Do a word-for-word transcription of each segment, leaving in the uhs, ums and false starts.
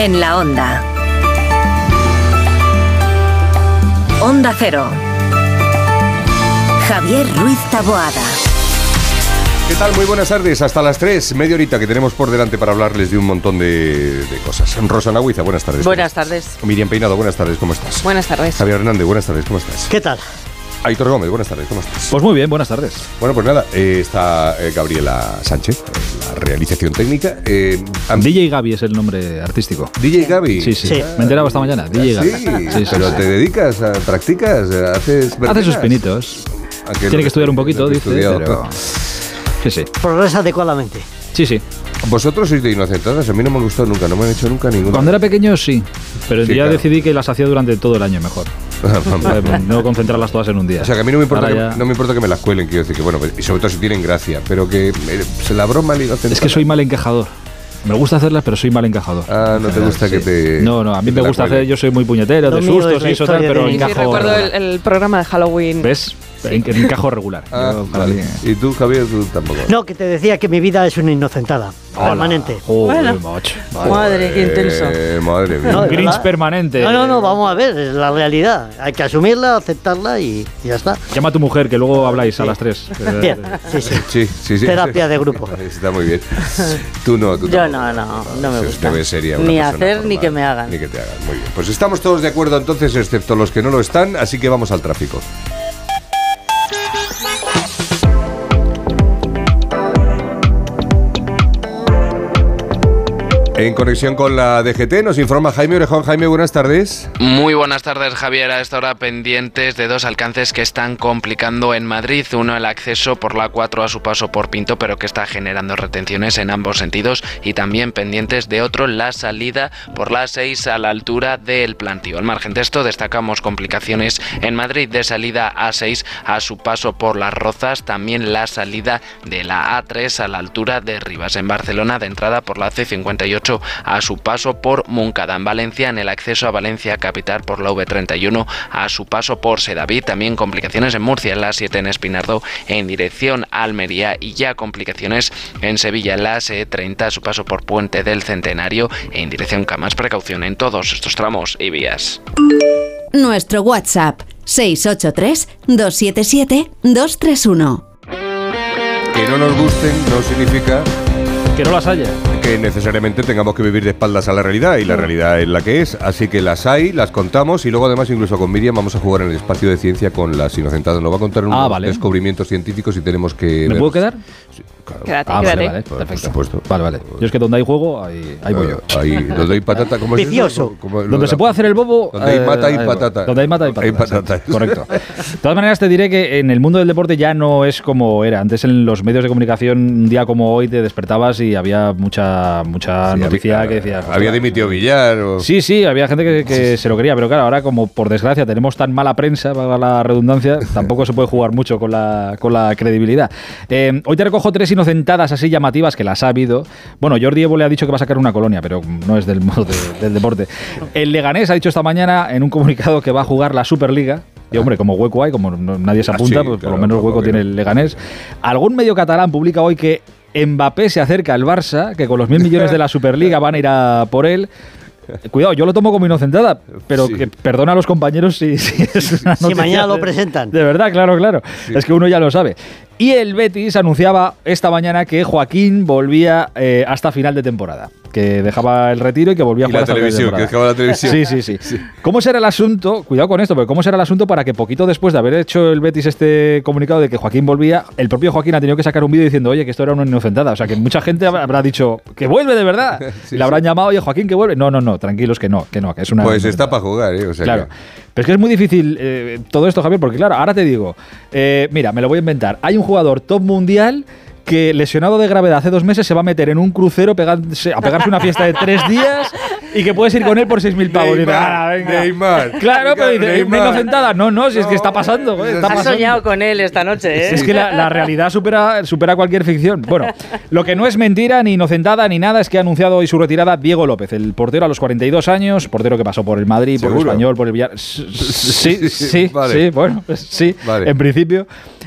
en la Onda. Onda Cero. Javier Ruiz Taboada. ¿Qué tal? Muy buenas tardes. Hasta las tres, media horita que tenemos por delante para hablarles de un montón de, de cosas. Rosana Huiza, buenas tardes. Buenas tardes. Miriam Peinado, buenas tardes, ¿cómo estás? Buenas tardes. Javier Hernández, buenas tardes, ¿cómo estás? ¿Qué tal? Aitor Gómez, buenas tardes, ¿cómo estás? Pues muy bien, buenas tardes. Bueno, pues nada, eh, está eh, Gabriela Sánchez, eh, la realización técnica. Eh, D J Gaby es el nombre artístico. D J Gaby. Sí, sí, sí. Me he enterado esta mañana. D J Gaby. Sí, sí, sí, pero sí. te dedicas, a, practicas, haces... Hace sus pinitos. Tiene que estudiar un poquito, dice, pero... Sí, sí. Progresa adecuadamente. Sí, sí. Vosotros sois de inocentadas, a mí no me han gustado nunca, no me han hecho nunca ninguna. Cuando era pequeño sí, pero Sí, ya claro. decidí que las hacía durante todo el año mejor. No concentrarlas todas en un día. O sea, que a mí no me importa, que, ya... no me importa que me las cuelen, quiero decir que bueno, y sobre todo si tienen gracia, pero que eh, se la broma le Es que soy mal encajador. Me gusta hacerlas, pero soy mal encajador. Ah, no te gusta sí. que te... No, no, a mí que me te gusta la hacer, cuelen. yo soy muy puñetero, Lo de mío sustos es la y eso tal, historia pero de- Sí, encajo recuerdo el, regular. el programa de Halloween. ¿Ves? En- encajo regular. Ah, Yo, para vale. mí- Y tú, Javier, tú tampoco. No, que te decía que mi vida es una inocentada. Hola. Permanente. Joder, Bueno. macho. Madre, qué intenso. Eh, madre mía. No, Un de Grinch verdad. permanente. No, no, no, vamos a ver, es la realidad. Hay que asumirla, aceptarla y, y ya está. Llama a tu mujer, que luego habláis a las tres. Bien, sí, sí. Sí, sí, sí. Terapia de grupo. Está muy bien. Tú no, tú Yo tampoco. no, no, no me Eso gusta. te ves seria, una Ni persona hacer ni formal. que me hagan. Ni que te hagan, muy bien. Pues estamos todos de acuerdo entonces, excepto los que no lo están, así que vamos al tráfico. En conexión con la D G T nos informa Jaime Orejón. Jaime, buenas tardes. Muy buenas tardes, Javier. A esta hora pendientes de dos alcances que están complicando en Madrid. Uno, el acceso por la cuatro a su paso por Pinto, pero que está generando retenciones en ambos sentidos. Y también pendientes de otro, la salida por la seis a la altura del Plantío. Al margen de esto, destacamos complicaciones en Madrid de salida A seis a su paso por Las Rozas. También la salida de la A tres a la altura de Rivas. En Barcelona, de entrada por la C cincuenta y ocho a su paso por Montcada. En Valencia, en el acceso a Valencia capital por la V treinta y uno a su paso por Sedaví. También complicaciones en Murcia, en la siete en Espinardo en dirección a Almería, y ya complicaciones en Sevilla, en la S E treinta a su paso por Puente del Centenario en dirección Camas. Precaución en todos estos tramos y vías. Nuestro WhatsApp seis ocho tres, dos siete siete, dos tres uno. Que no nos gusten no significa Que no las haya. que necesariamente tengamos que vivir de espaldas a la realidad, y la realidad es la que es, así que las hay, las contamos, y luego además incluso con Miriam vamos a jugar en el espacio de ciencia con las inocentadas. Nos va a contar unos Ah, vale. descubrimientos científicos y tenemos que... ¿Me ver- puedo quedar? Sí, claro. Quédate, Ah, quédate. vale, vale, Por perfecto. supuesto. Vale, vale. Yo es que donde hay juego, ahí, ahí voy yo. Eh, Ahí, donde hay patata, ¿cómo es eso? Vicioso. ¿Cómo- lo Donde de se la- puede hacer el bobo. Donde hay mata hay ahí voy. patata. Donde hay mata hay patata. Hay patata. exacto. Correcto. De todas maneras, te diré que en el mundo del deporte ya no es como era. Antes en los medios de comunicación, un día como hoy, te despertabas y había mucha, mucha Sí, noticia había- que decía. Había dimitido Villar. O... Sí, sí, había gente que, que se lo quería, pero claro, ahora como por desgracia tenemos tan mala prensa, valga la redundancia, tampoco se puede jugar mucho con la, con la credibilidad. Eh, hoy te recojo tres inocentadas así llamativas que las ha habido. Bueno, Jordi Evo le ha dicho que va a sacar una colonia, pero no es del modo de- del deporte. El Leganés ha dicho esta mañana en un comunicado que va a jugar la Superliga. Y hombre, como hueco hay, como no- nadie se Ah, apunta, sí, pues claro, por lo menos poco hueco que tiene no. el Leganés. Algún medio catalán publica hoy que Mbappé se acerca al Barça, que con los mil millones de la Superliga van a ir a por él. Cuidado, yo lo tomo como inocentada, pero Sí. que perdona a los compañeros si, si es una Si noticia mañana lo de- presentan. De verdad, claro, claro. Es que uno ya lo sabe. Y el Betis anunciaba esta mañana que Joaquín volvía eh, hasta final de temporada, que dejaba el retiro y que volvía a Y jugar la hasta final de televisión, que temporada. dejaba la televisión. Sí, sí, sí, ¿Cómo será el asunto? Cuidado con esto, pero ¿cómo será el asunto para que poquito después de haber hecho el Betis este comunicado de que Joaquín volvía, el propio Joaquín ha tenido que sacar un vídeo diciendo, oye, que esto era una inocentada? O sea, que mucha gente habrá habrá dicho, que vuelve de verdad. Sí, y le habrán sí. llamado, oye, Joaquín, que vuelve. No, no, no, tranquilos que no, que no, que es una... Pues está inocentada. para jugar, ¿eh? O sea Claro. que- Pero es que es muy difícil eh, todo esto, Javier, porque claro, ahora te digo, eh, mira, me lo voy a inventar. Hay un jugador top mundial que, lesionado de gravedad hace dos meses, se va a meter en un crucero pegándose- a pegarse una fiesta de tres días y que puedes ir con él por seis mil pavos. Y dices, Neymar, "Ah, venga". Neymar. Claro, pero dice, Neymar. una inocentada. No, no, si es que está pasando. joder, está Has pasando. soñado con él esta noche, ¿eh? Si es que la, la realidad supera, supera cualquier ficción. Bueno, lo que no es mentira, ni inocentada, ni nada, es que ha anunciado hoy su retirada Diego López, el portero a los cuarenta y dos años, portero que pasó por el Madrid, por el ¿Seguro? Español, por el Villar. Sí, sí, sí, Vale. sí, bueno, pues sí, Vale. en principio.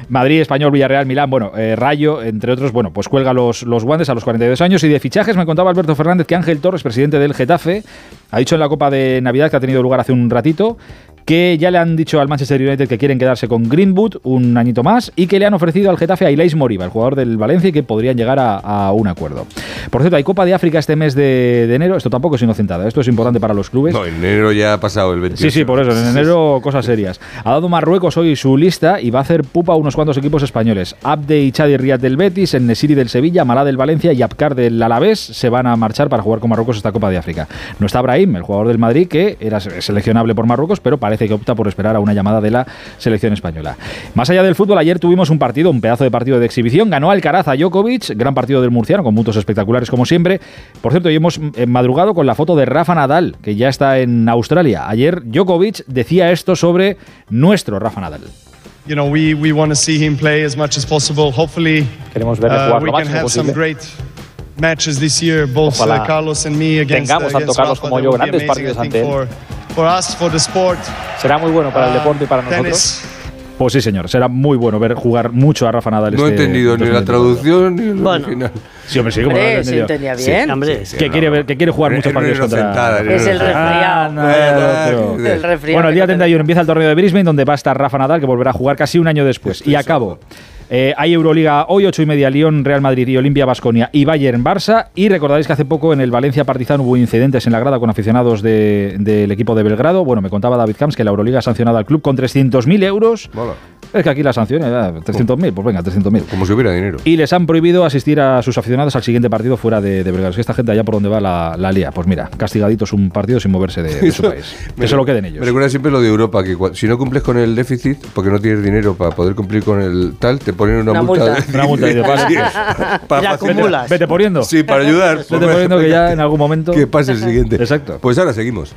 Madrid, Español, Villarreal, Milán, bueno, eh, Rayo, entre otros, bueno, pues cuelga los, los guantes a los cuarenta y dos años. Y de fichajes me contaba Alberto Fernández que Ángel Torres, presidente del Getafe, ha dicho en la Copa de Navidad que ha tenido lugar hace un ratito que ya le han dicho al Manchester United que quieren quedarse con Greenwood un añito más y que le han ofrecido al Getafe a Ilais Moriba, el jugador del Valencia, y que podrían llegar a, a un acuerdo. Por cierto, hay Copa de África este mes de, de enero. Esto tampoco es inocentada, esto es importante para los clubes. No, en enero ya ha pasado el veintiocho. Sí, sí, por eso, en enero cosas serias. Ha dado Marruecos hoy su lista y va a hacer pupa a unos cuantos equipos españoles. Abde y Chadi Riyad del Betis, el Nesiri del Sevilla, Malá del Valencia y Abkar del Alavés se van a marchar para jugar con Marruecos esta Copa de África. No está Brahim, el jugador del Madrid, que era seleccionable por Marruecos, pero parece que opta por esperar a una llamada de la selección española. Más allá del fútbol, ayer tuvimos un partido, un pedazo de partido de exhibición. Ganó Alcaraz a Djokovic, gran partido del murciano, con puntos espectaculares como siempre. Por cierto, hoy hemos eh, madrugado con la foto de Rafa Nadal, que ya está en Australia. Ayer Djokovic decía esto sobre nuestro Rafa Nadal. You know, we we want to see him play as much as possible. Hopefully, queremos verle jugar uh, lo we can máximo have posible. some great matches this year, both uh, Carlos and me against, tengamos uh, tanto against Carlos Rafa. como yo grandes partidos ante él. For, for us, for the sport. Será muy bueno para el deporte y para uh, nosotros. tennis. Pues sí, señor. Será muy bueno ver jugar mucho a Rafa Nadal. No este, he entendido ni la traducción ni el Bueno. original. Sí, hombre, sí, como Hombre, lo he se entendido. entendía bien. Sí, hombre, Sí, Que no, quiere, no. ver, que quiere jugar Era muchos una partidos contra... inocentada, era Es el una- resfriado. no, el otro. El resfriado Bueno, el que día no treinta y uno empieza el torneo de Brisbane, donde va a estar Rafa Nadal, que volverá a jugar casi un año después. Y acabo. Eh, hay Euroliga hoy, ocho y media, Lyon, Real Madrid y Olimpia Baskonia y Bayern Barça. Y recordaréis que hace poco en el Valencia Partizan hubo incidentes en la grada con aficionados de, del equipo de Belgrado. Bueno, me contaba David Camps que la Euroliga ha sancionado al club con trescientos mil euros. Mola. Es que aquí la sanción era trescientos mil, pues venga, trescientos mil. Como si hubiera dinero. Y les han prohibido asistir a sus aficionados al siguiente partido fuera de, de Belgrado. Es que esta gente allá por donde va la, la lía. Pues mira, castigaditos un partido sin moverse de, de su país. Que se lo queden ellos. Me recuerda siempre lo de Europa, que cua- si no cumples con el déficit, porque no tienes dinero para poder cumplir con el tal, te ponen una, Una multa. multa. de- Una multa y de paso. Sí, para La facilitar- acumulas. Vete poniendo. Sí, para ayudar. Vete poniendo que ya en algún momento... Que pase el siguiente. Exacto. Pues ahora seguimos.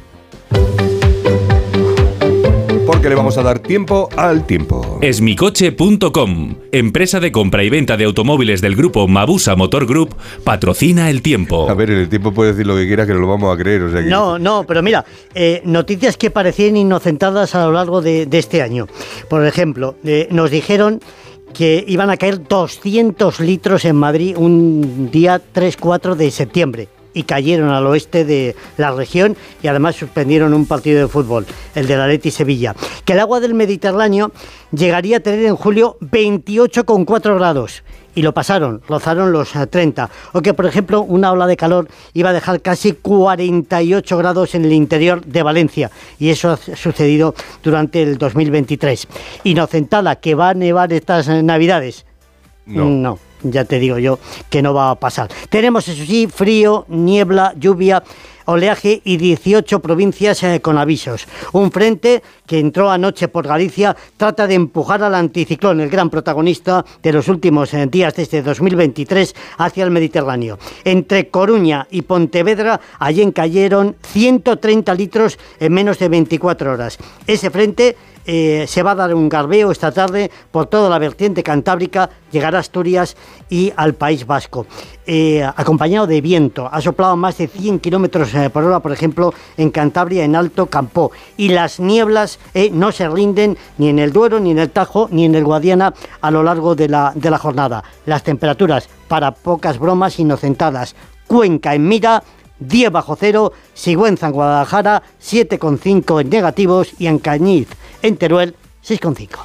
Porque le vamos a dar tiempo al tiempo. Esmicoche punto com, empresa de compra y venta de automóviles del grupo Mabusa Motor Group, patrocina el tiempo. A ver, en el tiempo puede decir lo que quiera, que no lo vamos a creer. O sea que... No, no, pero mira, eh, noticias que parecían inocentadas a lo largo de, de este año. Por ejemplo, eh, nos dijeron que iban a caer doscientos litros en Madrid un día tres cuatro de septiembre. Y cayeron al oeste de la región y además suspendieron un partido de fútbol, el de la Athletic Sevilla. Que el agua del Mediterráneo llegaría a tener en julio veintiocho coma cuatro grados y lo pasaron, rozaron los eh, treinta. O que, por ejemplo, una ola de calor iba a dejar casi cuarenta y ocho grados en el interior de Valencia y eso ha sucedido durante el dos mil veintitrés. Inocentada, que va a nevar estas eh, Navidades. No. No, ya te digo yo que no va a pasar. Tenemos, eso sí, frío, niebla, lluvia, oleaje y dieciocho provincias eh, con avisos. Un frente que entró anoche por Galicia trata de empujar al anticiclón, el gran protagonista de los últimos eh, días de este dos mil veintitrés, hacia el Mediterráneo. Entre Coruña y Pontevedra, allí cayeron ciento treinta litros en menos de veinticuatro horas. Ese frente Eh, se va a dar un garbeo esta tarde por toda la vertiente cantábrica, llegará a Asturias y al País Vasco. Eh, acompañado de viento, ha soplado más de cien kilómetros eh, por hora, por ejemplo, en Cantabria, en Alto Campó. Y las nieblas eh, no se rinden ni en el Duero, ni en el Tajo, ni en el Guadiana a lo largo de la, de la jornada. Las temperaturas, para pocas bromas inocentadas. Cuenca en Mira, diez bajo cero, Sigüenza en Guadalajara, siete coma cinco en negativos y en Cañiz, en Teruel, seis coma cinco.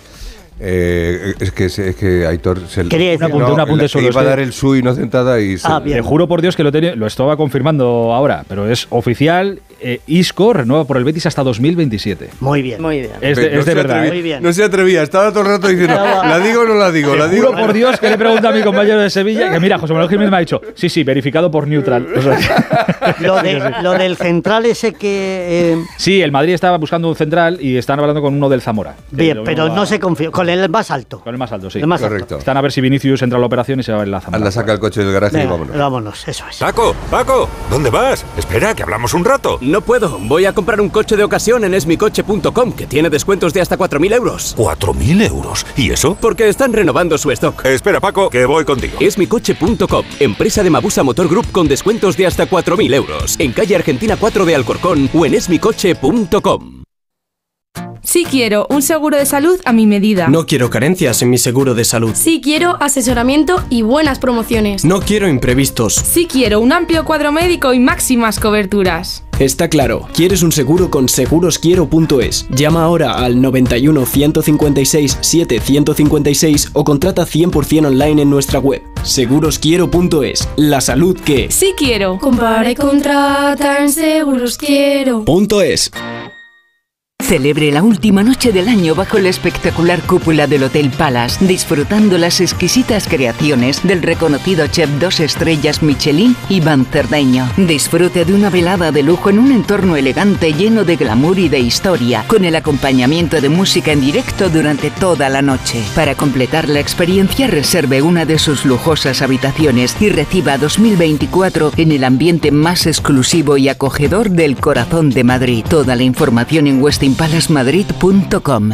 Eh, es que es que Aitor se Quería decir- Un apunte, no, un apunte le- solo, iba a es que- dar el su inocentada y se- Ah, bien. Te juro por Dios que lo, tenía- lo estaba confirmando ahora, pero es oficial. eh, Isco renueva por el Betis hasta dos mil veintisiete. Muy bien. Muy bien. Es de, No es de se verdad. atrevía- ¿eh? Muy bien. No se atrevía, estaba todo el rato diciendo, ¿la digo o no la digo? ¿La Te digo? juro por Dios que le pregunto a mi compañero de Sevilla, que mira, José Manuel Jiménez me ha dicho, sí, sí, verificado por Neutral. O sea, Lo, de, lo del central ese que... eh, sí, el Madrid estaba buscando un central y están hablando con uno del Zamora. bien, Lo pero mismo no va- se confía. Con el más alto. Con el más alto, sí. El más alto. Correcto. Están a ver si Vinicius entra a la operación y se va a ver la Zamora. Anda, saca el coche del garaje y Venga, vámonos. vámonos, eso es. Paco, Paco, ¿dónde vas? Espera, que hablamos un rato. No puedo, voy a comprar un coche de ocasión en esmicoche punto com, que tiene descuentos de hasta cuatro mil euros. ¿Cuatro mil euros? ¿Y eso? Porque están renovando su stock. Espera, Paco, que voy contigo. esmicoche punto com, empresa de Mabusa Motor Group con descuentos de hasta cuatro mil euros. En calle Argentina cuatro de Alcorcón o en esmicoche punto com. Sí quiero un seguro de salud a mi medida. No quiero carencias en mi seguro de salud. Sí quiero asesoramiento y buenas promociones. No quiero imprevistos. Sí quiero un amplio cuadro médico y máximas coberturas. Está claro, quieres un seguro con segurosquiero punto es. Llama ahora al noventa y uno, ciento cincuenta y seis, siete, ciento cincuenta y seis o contrata cien por ciento online en nuestra web. segurosquiero punto es. La salud que... Sí quiero. Compara y contrata en segurosquiero. Punto es. Celebre la última noche del año bajo la espectacular cúpula del Hotel Palace, disfrutando las exquisitas creaciones del reconocido chef dos estrellas Michelin, Iván Cerdeño. Disfrute de una velada de lujo en un entorno elegante lleno de glamour y de historia, con el acompañamiento de música en directo durante toda la noche. Para completar la experiencia, reserve una de sus lujosas habitaciones y reciba dos mil veinticuatro en el ambiente más exclusivo y acogedor del corazón de Madrid. Toda la información en westin palace madrid punto com.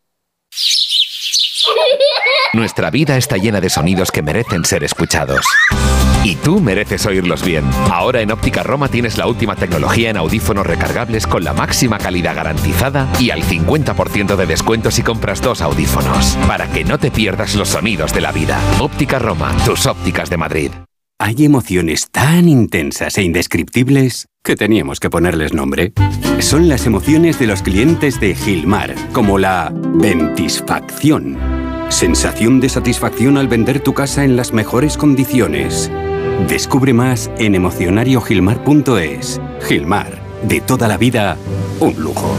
Nuestra vida está llena de sonidos que merecen ser escuchados. Y tú mereces oírlos bien. Ahora en Óptica Roma tienes la última tecnología en audífonos recargables con la máxima calidad garantizada y al cincuenta por ciento de descuento si compras dos audífonos. Para que no te pierdas los sonidos de la vida. Óptica Roma, tus ópticas de Madrid. Hay emociones tan intensas e indescriptibles que teníamos que ponerles nombre. Son las emociones de los clientes de Gilmar, como la ventisfacción. Sensación de satisfacción al vender tu casa en las mejores condiciones. Descubre más en emocionario gilmar punto es. Gilmar, de toda la vida, un lujo.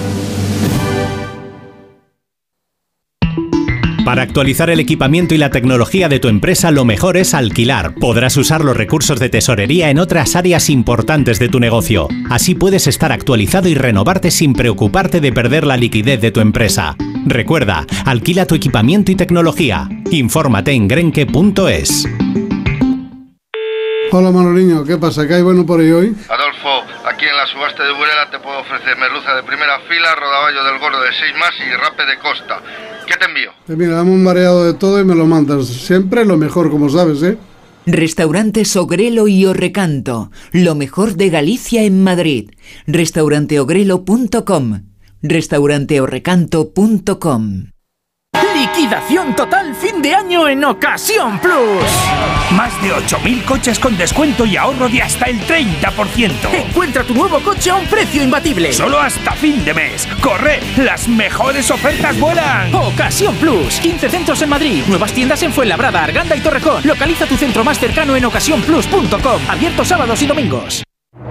Para actualizar el equipamiento y la tecnología de tu empresa, lo mejor es alquilar. Podrás usar los recursos de tesorería en otras áreas importantes de tu negocio. Así puedes estar actualizado y renovarte sin preocuparte de perder la liquidez de tu empresa. Recuerda, alquila tu equipamiento y tecnología. Infórmate en grenke punto es. Hola Manoliño, ¿qué pasa? ¿Qué hay bueno por ahí hoy? Adolfo, aquí en la subasta de Burela te puedo ofrecer merluza de primera fila, rodaballo del gordo de seis más y rape de costa. ¿Qué te envío? Pues mira, dame un mareado de todo y me lo mandas. Siempre lo mejor, como sabes, ¿eh? Restaurantes Ogrelo y Orrecanto, lo mejor de Galicia en Madrid. restaurante ogrelo punto com, restaurante orrecanto punto com. Liquidación total fin de año en Ocasión Plus. Más de ocho mil coches con descuento y ahorro de hasta el treinta por ciento. Encuentra tu nuevo coche a un precio imbatible. Solo hasta fin de mes. ¡Corre! ¡Las mejores ofertas vuelan! Ocasión Plus. quince centros en Madrid. Nuevas tiendas en Fuenlabrada, Arganda y Torrejón. Localiza tu centro más cercano en ocasión plus punto com. Abierto sábados y domingos.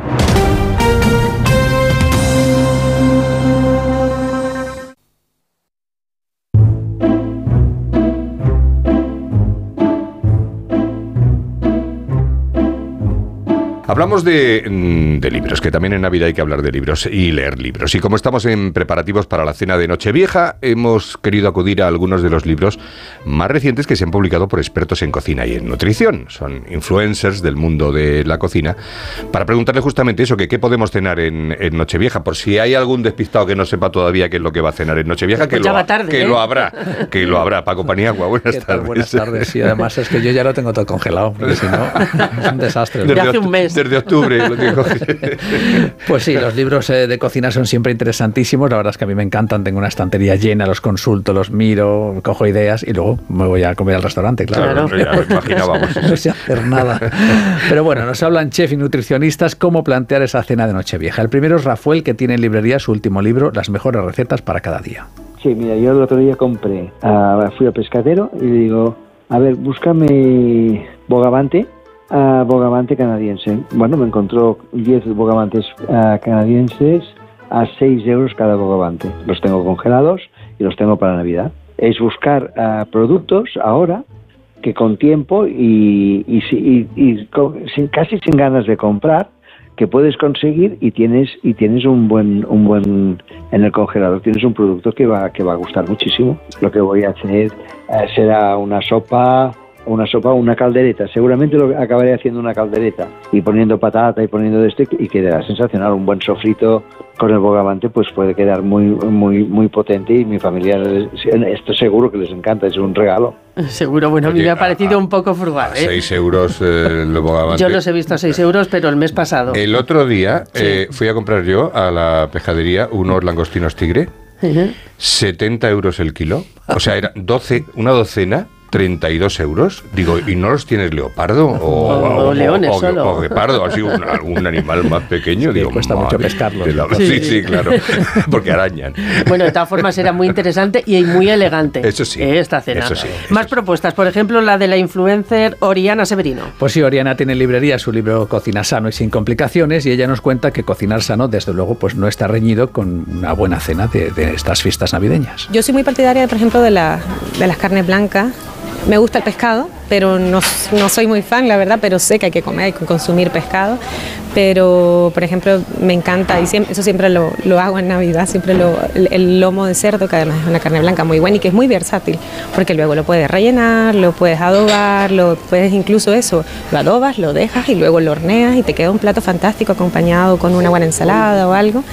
Hablamos de, de libros, que también en Navidad hay que hablar de libros y leer libros. Y como estamos en preparativos para la cena de Nochevieja, hemos querido acudir a algunos de los libros más recientes que se han publicado por expertos en cocina y en nutrición. Son influencers del mundo de la cocina, para preguntarle justamente eso, que qué podemos cenar en, en Nochevieja, por si hay algún despistado que no sepa todavía qué es lo que va a cenar en Nochevieja, que, pues lo, tarde, que ¿eh? lo habrá, que lo habrá. Paco Paniagua, buenas tardes. Buenas tardes, y además es que yo ya lo tengo todo congelado, porque si no, es un desastre. Desde hace un mes. Desde octubre lo tengo. Pues sí, los libros eh, de cocina son siempre interesantísimos, la verdad es que a mí me encantan, tengo una estantería llena, los consulto, los miro, cojo ideas y luego me voy a comer al restaurante, claro. Claro, ya lo imaginábamos. No sé hacer nada. Pero bueno, nos hablan chef y nutricionistas cómo plantear esa cena de Nochevieja. El primero es Rafael, que tiene en librería su último libro, Las mejores recetas para cada día. Sí, mira, yo el otro día compré, uh, fui al pescadero y le digo, a ver, búscame bogavante, uh, bogavante canadiense. Bueno, me encontró diez bogavantes uh, canadienses a seis euros cada bogavante. Los tengo congelados y los tengo para Navidad. Es buscar uh, productos ahora que con tiempo y, y, y, y con, sin, casi sin ganas de comprar, que puedes conseguir y tienes y tienes un buen un buen en el congelador tienes un producto que va que va a gustar muchísimo. Lo que voy a hacer eh, será una sopa una sopa o una caldereta. Seguramente lo acabaré haciendo una caldereta y poniendo patata y poniendo de este y quedará sensacional. Un buen sofrito con el bogavante pues puede quedar muy muy muy potente y mi familia esto seguro que les encanta, es un regalo. Seguro, bueno, a mí Oye, me ha parecido a, un poco frugal, ¿eh? seis euros eh, el bogavante. Yo los he visto a seis euros, pero el mes pasado. El otro día sí. eh, fui a comprar yo a la pescadería unos langostinos tigre. uh-huh. setenta euros el kilo. O sea, era doce, una docena. treinta y dos euros. Digo, ¿y no los tienes leopardo? O, o, o leones o, solo. O guepardo, así un, algún animal más pequeño. Sí, digo, cuesta mucho pescarlos. Sí, sí, sí, claro. Porque arañan. Bueno, de todas formas era muy interesante y muy elegante. Eso sí. Esta cena. Eso sí. Más eso propuestas, por ejemplo, la de la influencer Oriana Severino. Pues sí, Oriana tiene en librería su libro Cocina sano y sin complicaciones, y ella nos cuenta que cocinar sano, desde luego, pues no está reñido con una buena cena de, de estas fiestas navideñas. Yo soy muy partidaria, por ejemplo, de, la, de las carnes blancas. Me gusta el pescado, pero no, no soy muy fan, la verdad, pero sé que hay que comer, hay que consumir pescado. Pero, por ejemplo, me encanta, y siempre, eso siempre lo, lo hago en Navidad, siempre lo, el, el lomo de cerdo, que además es una carne blanca muy buena y que es muy versátil, porque luego lo puedes rellenar, lo puedes adobar, lo puedes incluso eso, lo adobas, lo dejas y luego lo horneas y te queda un plato fantástico acompañado con una buena ensalada o algo.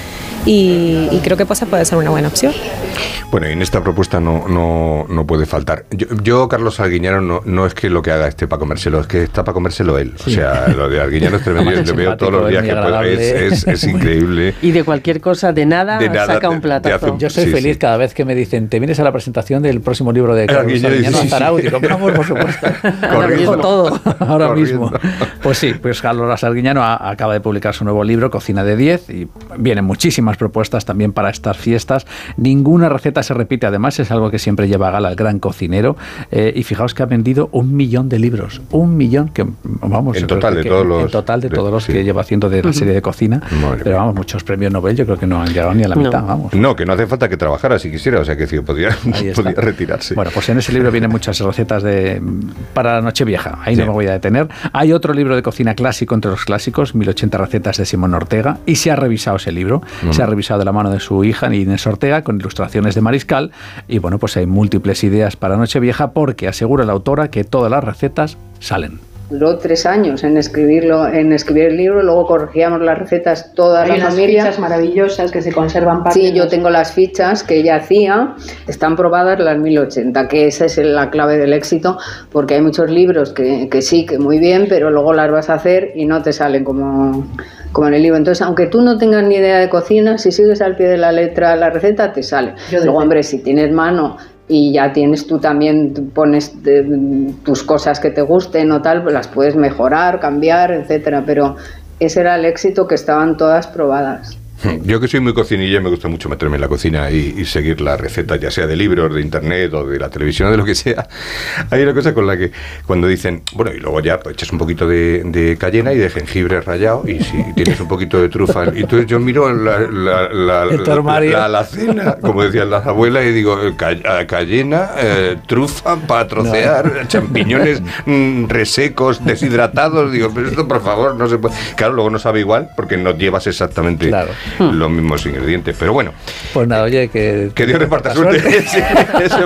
Y, y creo que pues, puede ser una buena opción. Bueno, y en esta propuesta no, no, no puede faltar. Yo, yo Carlos Arguiñano, no, no es que lo que haga esté para comérselo, es que está para comérselo él. Sí. O sea, lo de Arguiñano es tremendo, yo le veo todos los días que puedo. Es, es, es increíble. Y de cualquier cosa, de nada, de nada saca un platazo. Un, yo soy sí, feliz sí. cada vez que me dicen, ¿te vienes a la presentación del próximo libro de Carlos Arguiñano a Zarauz? Digo, vamos, por supuesto. Ahora mismo todo. Ahora Corriendo. mismo. Pues sí, pues Carlos Arguiñano a, acaba de publicar su nuevo libro, Cocina de diez, y vienen muchísimas propuestas también para estas fiestas. Ninguna receta se repite, además es algo que siempre lleva a gala el gran cocinero, eh, y fijaos que ha vendido un millón de libros, un millón que vamos en total de que, todos los en total de, de todos los sí. que lleva haciendo de la uh-huh. serie de cocina. Madre pero vamos, muchos premios Nobel yo creo que no han llegado ni a la no. mitad, vamos. No, que no hace falta que trabajara si quisiera, o sea que sí, podría, podría retirarse. Bueno, pues en ese libro vienen muchas recetas de para la Nochevieja, ahí sí. no me voy a detener. Hay otro libro de cocina clásico entre los clásicos, mil ochenta recetas de Simón Ortega, y se ha revisado ese libro, uh-huh. se ha revisado de la mano de su hija Inés Ortega con ilustraciones de Mariscal, y bueno, pues hay múltiples ideas para Nochevieja porque asegura la autora que todas las recetas salen. Duró tres años en escribirlo, en escribir el libro, luego corregíamos las recetas toda Hay la unas familia. fichas maravillosas que se conservan parte. Sí, yo tengo las fichas que ella hacía, están probadas las mil ochenta, que esa es la clave del éxito, porque hay muchos libros que, que sí, que muy bien, pero luego las vas a hacer y no te salen como, como en el libro. Entonces, aunque tú no tengas ni idea de cocina, si sigues al pie de la letra la receta, te sale. Yo luego, hombre, si tienes mano y ya tienes tú también, tú pones de, tus cosas que te gusten o tal, pues las puedes mejorar, cambiar, etcétera, pero ese era el éxito, que estaban todas probadas. Yo que soy muy cocinilla y me gusta mucho meterme en la cocina y, y seguir las recetas, ya sea de libros, de internet o de la televisión o de lo que sea. Hay una cosa con la que cuando dicen, bueno, y luego ya pues, echas un poquito de, de cayena y de jengibre rallado, y si tienes un poquito de trufa, y entonces yo miro la, la, la, la, la alacena, como decían las abuelas, y digo, cayena, eh, trufa para trocear, no. champiñones mm, resecos, deshidratados, digo, pero esto por favor no se puede. Claro, luego no sabe igual porque no llevas exactamente claro. los mismos ingredientes, pero bueno. Pues nada, oye, que... Que Dios reparta suerte. suerte. Sí, eso,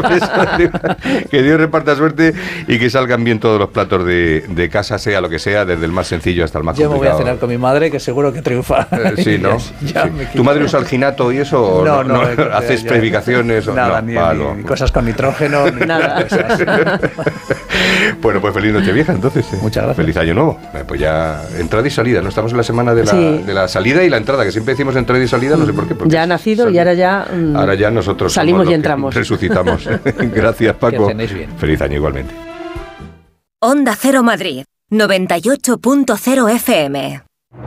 eso, que Dios reparta suerte y que salgan bien todos los platos de, de casa, sea lo que sea, desde el más sencillo hasta el más Yo complicado. Yo me voy a cenar con mi madre, que seguro que triunfa. Eh, sí, ¿no? ya, ya sí. ¿Tu madre usa alginato y eso? ¿O no, no, no, no ¿haces ya, predicaciones? Nada, no, ni, palo. ni cosas con nitrógeno, ni nada. Bueno, pues feliz Nochevieja, entonces. Eh. Muchas gracias. Feliz Año Nuevo. Eh, pues ya entrada y salida, ¿no? Estamos en la semana de la, sí. de la salida y la entrada, que siempre decimos entrada y salida, no sé por qué. Ya ha nacido y ahora ya... Mmm, ahora ya nosotros salimos y entramos. Resucitamos. Gracias, Paco. Que cenéis bien. Feliz año igualmente. Onda Cero Madrid, noventa y ocho punto cero F M.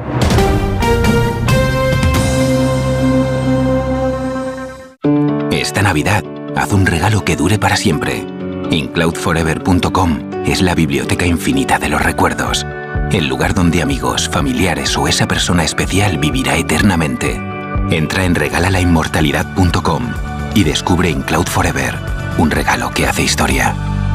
Esta Navidad, haz un regalo que dure para siempre. incloud forever punto com es la biblioteca infinita de los recuerdos. El lugar donde amigos, familiares o esa persona especial vivirá eternamente. Entra en regala la inmortalidad punto com y descubre iCloud Forever, un regalo que hace historia.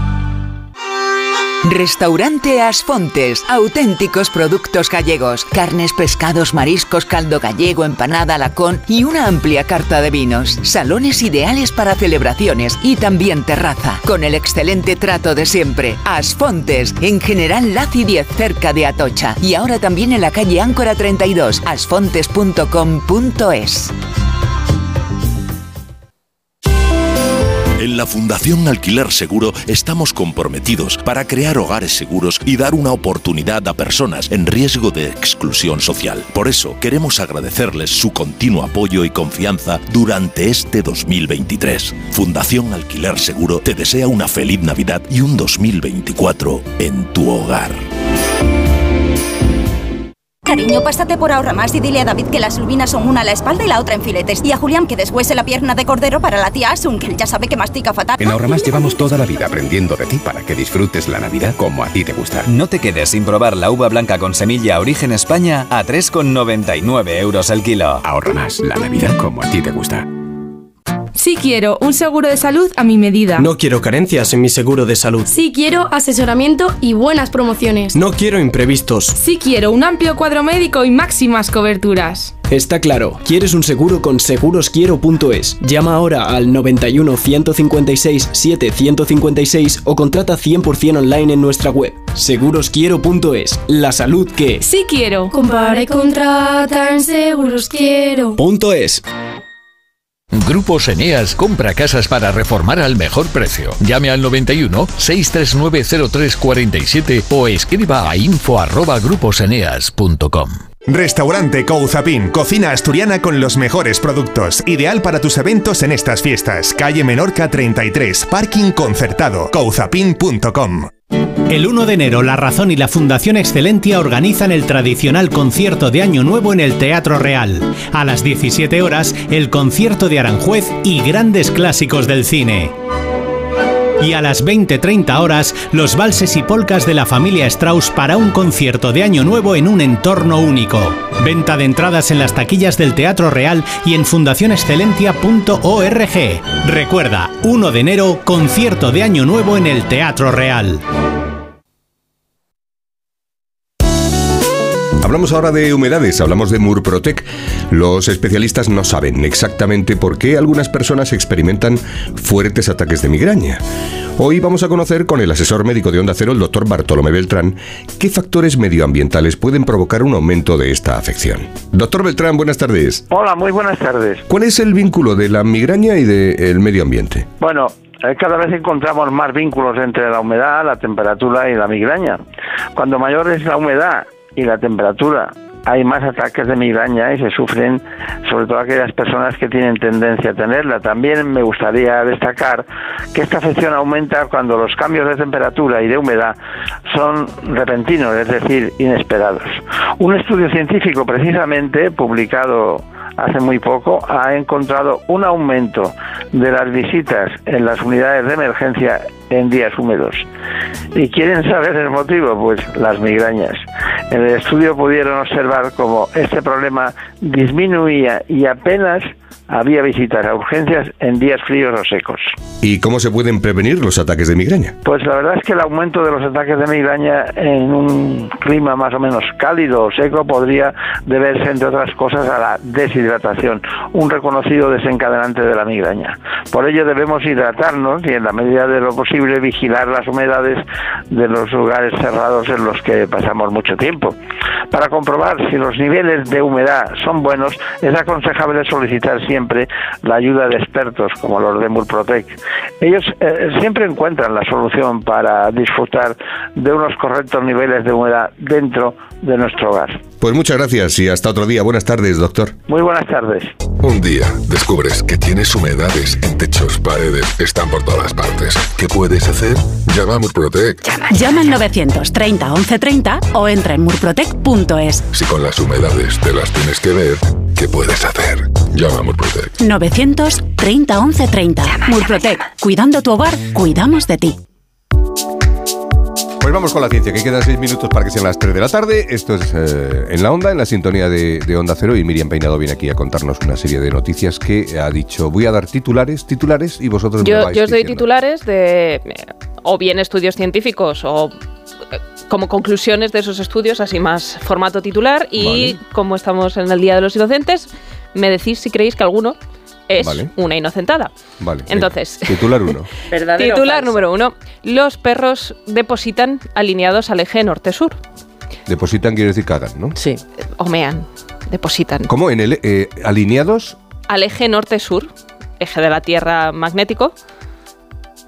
Restaurante As Fontes, auténticos productos gallegos, carnes, pescados, mariscos, caldo gallego, empanada, lacón y una amplia carta de vinos. Salones ideales para celebraciones y también terraza, con el excelente trato de siempre. As Fontes, en General Laci diez, cerca de Atocha, y ahora también en la calle Áncora treinta y dos, asfontes punto com punto es. En la Fundación Alquiler Seguro estamos comprometidos para crear hogares seguros y dar una oportunidad a personas en riesgo de exclusión social. Por eso queremos agradecerles su continuo apoyo y confianza durante este dos mil veintitrés. Fundación Alquiler Seguro te desea una feliz Navidad y un dos mil veinticuatro en tu hogar. Cariño, pásate por Ahorra Más y dile a David que las lubinas son una a la espalda y la otra en filetes. Y a Julián que deshuese la pierna de cordero para la tía Asun, que él ya sabe que mastica fatal. En Ahorra Más llevamos toda la vida aprendiendo de ti para que disfrutes la Navidad como a ti te gusta. No te quedes sin probar la uva blanca con semilla Origen España a tres con noventa y nueve euros el kilo. Ahorra Más, la Navidad como a ti te gusta. Sí quiero un seguro de salud a mi medida. No quiero carencias en mi seguro de salud. Sí quiero asesoramiento y buenas promociones. No quiero imprevistos. Sí quiero un amplio cuadro médico y máximas coberturas. Está claro, quieres un seguro con segurosquiero punto es. Llama ahora al noventa y uno, ciento cincuenta y seis, siete, ciento cincuenta y seis o contrata cien por ciento online en nuestra web. segurosquiero punto es. La salud que... Sí quiero. Compara y contrata en segurosquiero. Punto es. Grupos Eneas compra casas para reformar al mejor precio. Llame al noventa y uno, seiscientos treinta y nueve, cero tres cuarenta y siete o escriba a info arroba gruposeneas punto com. Restaurante Couzapin, cocina asturiana con los mejores productos. Ideal para tus eventos en estas fiestas. Calle Menorca treinta y tres, parking concertado. couzapin punto com. El uno de enero, La Razón y la Fundación Excelentia organizan el tradicional concierto de Año Nuevo en el Teatro Real. A las diecisiete horas, el concierto de Aranjuez y grandes clásicos del cine. Y a las veinte treinta horas, los valses y polcas de la familia Strauss para un concierto de Año Nuevo en un entorno único. Venta de entradas en las taquillas del Teatro Real y en fundación excelentia punto org. Recuerda, uno de enero, concierto de Año Nuevo en el Teatro Real. Hablamos ahora de humedades, hablamos de Murprotec. Los especialistas no saben exactamente por qué algunas personas experimentan fuertes ataques de migraña. Hoy vamos a conocer con el asesor médico de Onda Cero, el doctor Bartolomé Beltrán, qué factores medioambientales pueden provocar un aumento de esta afección. Doctor Beltrán, buenas tardes. Hola, muy buenas tardes. ¿Cuál es el vínculo de la migraña y del medio ambiente? Bueno, cada vez encontramos más vínculos entre la humedad, la temperatura y la migraña. Cuando mayor es la humedad y la temperatura, hay más ataques de migraña y se sufren sobre todo aquellas personas que tienen tendencia a tenerla. También me gustaría destacar que esta afección aumenta cuando los cambios de temperatura y de humedad son repentinos, es decir, inesperados. Un estudio científico precisamente publicado hace muy poco ha encontrado un aumento de las visitas en las unidades de emergencia en días húmedos. ¿Y quieren saber el motivo? Pues las migrañas. En el estudio pudieron observar cómo este problema disminuía y apenas había visitas a urgencias en días fríos o secos. ¿Y cómo se pueden prevenir los ataques de migraña? Pues la verdad es que el aumento de los ataques de migraña en un clima más o menos cálido o seco podría deberse, entre otras cosas, a la deshidratación, un reconocido desencadenante de la migraña. Por ello debemos hidratarnos y, en la medida de lo posible, vigilar las humedades de los lugares cerrados en los que pasamos mucho tiempo. Para comprobar si los niveles de humedad son buenos, es aconsejable solicitar siempre la ayuda de expertos como los de Murprotec. Ellos eh, siempre encuentran la solución para disfrutar de unos correctos niveles de humedad dentro de nuestro hogar. Pues muchas gracias y hasta otro día. Buenas tardes, doctor. Muy buenas tardes. Un día descubres que tienes humedades en techos, paredes, están por todas partes. ¿Qué puedes hacer? Llama a Murprotec. Llama, llama al novecientos treinta, once treinta o entra en murprotec punto es. Si con las humedades te las tienes que ver, ¿qué puedes hacer? Llama a Murprotec. novecientos treinta, once treinta. Murprotec. Cuidando tu hogar, cuidamos de ti. Pues vamos con la ciencia, que quedan seis minutos para que sean las tres de la tarde. Esto es eh, En la Onda, en la sintonía de, de Onda Cero, y Miriam Peinado viene aquí a contarnos una serie de noticias que ha dicho, voy a dar titulares, titulares y vosotros yo, me vais Yo os doy diciendo. titulares de o bien estudios científicos o como conclusiones de esos estudios, así más formato titular, y vale. Como estamos en el Día de los Inocentes, me decís si creéis que alguno es vale. una inocentada. Vale. Entonces, titular uno. Titular número uno. Los perros depositan alineados al eje norte-sur. Depositan quiere decir cagan, ¿no? Sí. Homean. Depositan. ¿Cómo? ¿En el eh, alineados? Al eje norte-sur, eje de la Tierra magnético,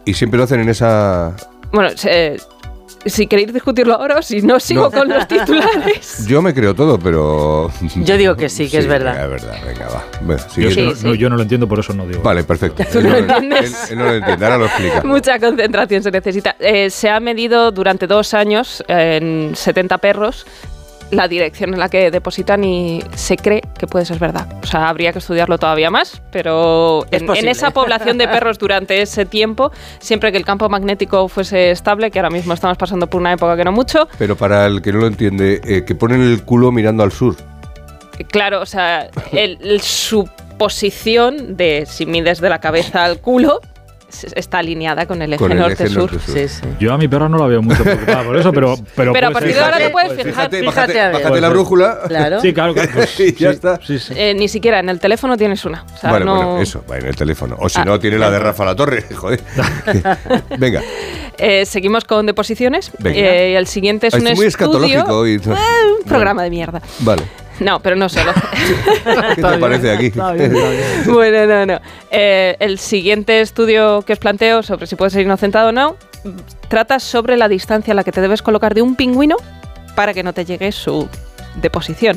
Y siempre lo hacen en esa... Bueno, se... Si queréis discutirlo ahora o si no, sigo no. con los titulares. Yo me creo todo, pero... Yo digo que sí, que sí, es verdad. Es verdad, venga, va. Bueno, yo, sí, no, sí. No, yo no lo entiendo, por eso no digo. Vale, perfecto. ¿Tú no lo entiendes? Él, él no lo entiende, ahora lo explica. Mucha concentración se necesita. Eh, se ha medido durante dos años en setenta perros la dirección en la que depositan y se cree que puede ser verdad. O sea, habría que estudiarlo todavía más, pero en, en esa población de perros durante ese tiempo, siempre que el campo magnético fuese estable, que ahora mismo estamos pasando por una época que no mucho. Pero para el que no lo entiende, eh, que ponen el culo mirando al sur. Claro, o sea, el, el, su posición de si mides de la cabeza al culo está alineada con el eje norte-sur. Sí, sí. Yo a mi perro no la veo mucho preocupada por eso, pero... Pero, pero a partir de ahora te puedes fijar. Fíjate, fíjate, fíjate, bájate la brújula. Claro. Sí, claro. claro pues, y ya sí, está. Sí, sí. Eh, ni siquiera en el teléfono tienes una. O sea, vale, no... bueno, eso, va en el teléfono. O si ah, no, tiene la de Rafa La Torre, joder. Venga. Eh, seguimos con deposiciones. Eh, el siguiente es ah, un muy estudio... escatológico hoy. Eh, un programa de mierda. Vale. No, pero no solo. ¿Qué te parece aquí? Bueno, no, no. Eh, el siguiente estudio que os planteo sobre si puedes ser inocentado o no trata sobre la distancia a la que te debes colocar de un pingüino para que no te llegue su deposición.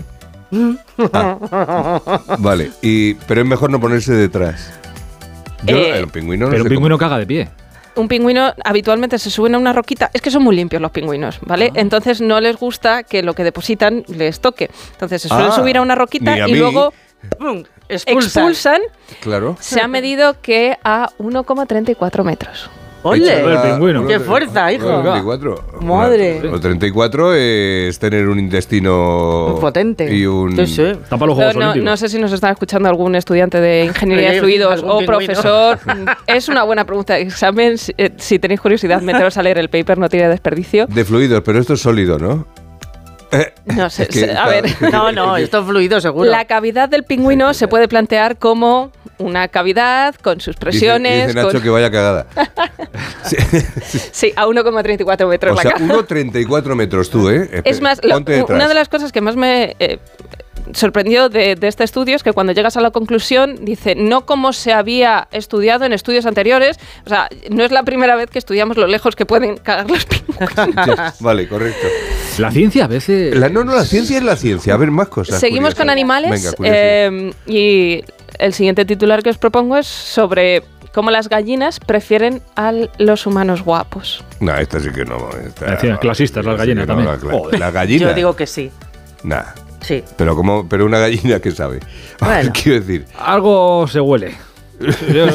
Ah. Vale, y, pero es mejor no ponerse detrás. Yo, eh, el pingüino no pero sé un pingüino cómo. caga de pie. Un pingüino habitualmente se suben a una roquita. Es que son muy limpios los pingüinos, ¿vale? Ah. Entonces no les gusta que lo que depositan les toque. Entonces se suelen ah, subir a una roquita y luego ¡pum! Expulsan. expulsan. Claro. Se ha medido que a uno coma treinta y cuatro metros. ¡Ole! El pingüino. ¡Qué fuerza, hijo! treinta y cuatro. ¡Madre! Los treinta y cuatro es tener un intestino... Muy potente. Y un... Sí, sí. Tapa los Juegos no, Olímpicos. No sé si nos está escuchando algún estudiante de Ingeniería de Fluidos o profesor. Es una buena pregunta de examen. Si, eh, si tenéis curiosidad, meteros a leer el paper, no tiene desperdicio. De fluidos, pero esto es sólido, ¿no? Eh, no sé, es que, a ver. No, no, esto es fluido seguro. La cavidad del pingüino se puede plantear como una cavidad con sus presiones. Dice, dice Nacho con... que vaya cagada. Sí, sí, a uno coma treinta y cuatro metros o la sea, caja. uno coma treinta y cuatro metros tú, ¿eh? Espera, es más, lo, una de las cosas que más me... Eh, sorprendió de, de este estudio es que cuando llegas a la conclusión dice no como se había estudiado en estudios anteriores, o sea, no es la primera vez que estudiamos lo lejos que pueden cagar los pingüinos. Vale, correcto. La ciencia a veces... La, no, no, la ciencia es la ciencia. A ver, más cosas. Seguimos curiosas. con animales. Venga, eh, y el siguiente titular que os propongo es sobre cómo las gallinas prefieren a los humanos guapos. No, esta sí que no. Esta, Decían, clasistas, las gallinas sí también. No, la, la gallina. Yo digo que sí. Nah. Sí. Pero como, pero una gallina que sabe. Bueno. Quiero decir. Algo se huele. Sí, sí, sí.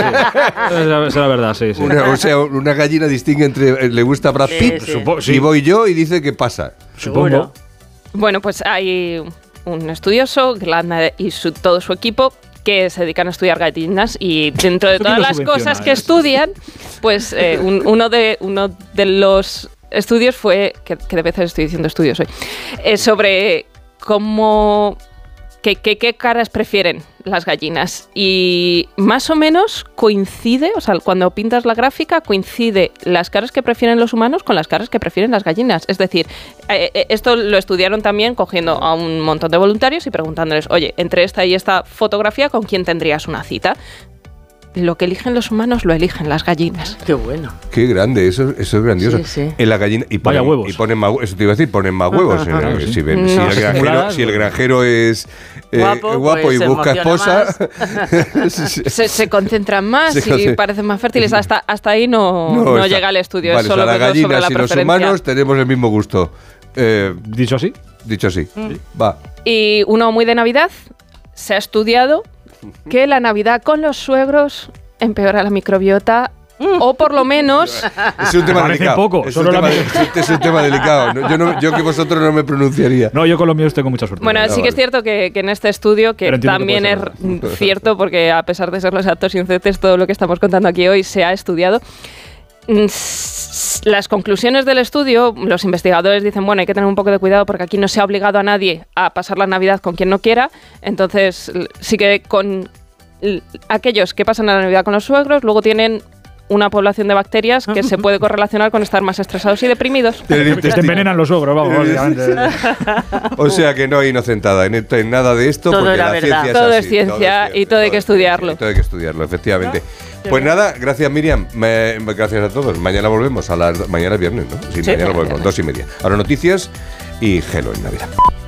Es la verdad, sí, sí. Una, o sea, una gallina distingue entre le gusta Brad Pitt sí, sí. y voy yo y dice qué pasa. Supongo. Bueno, pues hay un estudioso, Gladner y su, todo su equipo, que se dedican a estudiar gallinas y dentro de todas las cosas que estudian, pues eh, un, uno, de, uno de los estudios fue, que, que de veces estoy diciendo estudios hoy, eh, sobre cómo... ¿Qué, qué, ¿Qué caras prefieren las gallinas? Y más o menos coincide, o sea, cuando pintas la gráfica, coincide las caras que prefieren los humanos con las caras que prefieren las gallinas. Es decir, eh, esto lo estudiaron también cogiendo a un montón de voluntarios y preguntándoles, oye, entre esta y esta fotografía, ¿con quién tendrías una cita? Lo que eligen los humanos lo eligen las gallinas. Qué bueno. Qué grande, eso, eso es grandioso. Sí, sí. En la gallina y ponen, Vaya huevos. Y ponen más, eso te iba a decir, ponen más huevos. Ajá, eh, ajá, si, sí. ven, No si, el sé. granjero, si el granjero es eh, guapo, guapo pues y se busca emociona esposa, Se, se concentran más Se y conce- parecen más fértiles. Hasta, hasta ahí no, no, está. llega el estudio. Vale, es solo o sea, las verlo sobre gallinas la y los preferencia. humanos tenemos el mismo gusto. Eh, Dicho así. dicho así. Va. Y uno muy de Navidad, se ha estudiado que la Navidad con los suegros empeora la microbiota, o por lo menos... Es un tema Parece delicado. poco, es, solo un la tema, mitad. es, es un tema delicado. No, yo, no, yo que vosotros no me pronunciaría. No, yo con los míos tengo mucha suerte. Bueno, Ah, sí que vale. es cierto que, que en este estudio, que Pero entiendo que también es puede ser cierto, porque a pesar de ser los actos inocentes, todo lo que estamos contando aquí hoy se ha estudiado. Mm, s- Las conclusiones del estudio, los investigadores dicen, bueno, hay que tener un poco de cuidado porque aquí no se ha obligado a nadie a pasar la Navidad con quien no quiera, entonces l- sí que con l- aquellos que pasan la Navidad con los suegros, luego tienen una población de bacterias que se puede correlacionar con estar más estresados y deprimidos. Que te envenenan los ogros, vamos, básicamente. O sea que no hay inocentada en, en nada de esto. Todo porque era la verdad. ciencia es Todo así, es ciencia todo es ciencia, y todo hay que estudiarlo. Todo hay que estudiarlo, efectivamente. Pues nada, gracias Miriam, Me- gracias a todos. Mañana volvemos a las mañana es viernes, ¿no? Sí, Sí, mañana mañana volvemos, dos y media. Ahora noticias y Gelo en Navidad.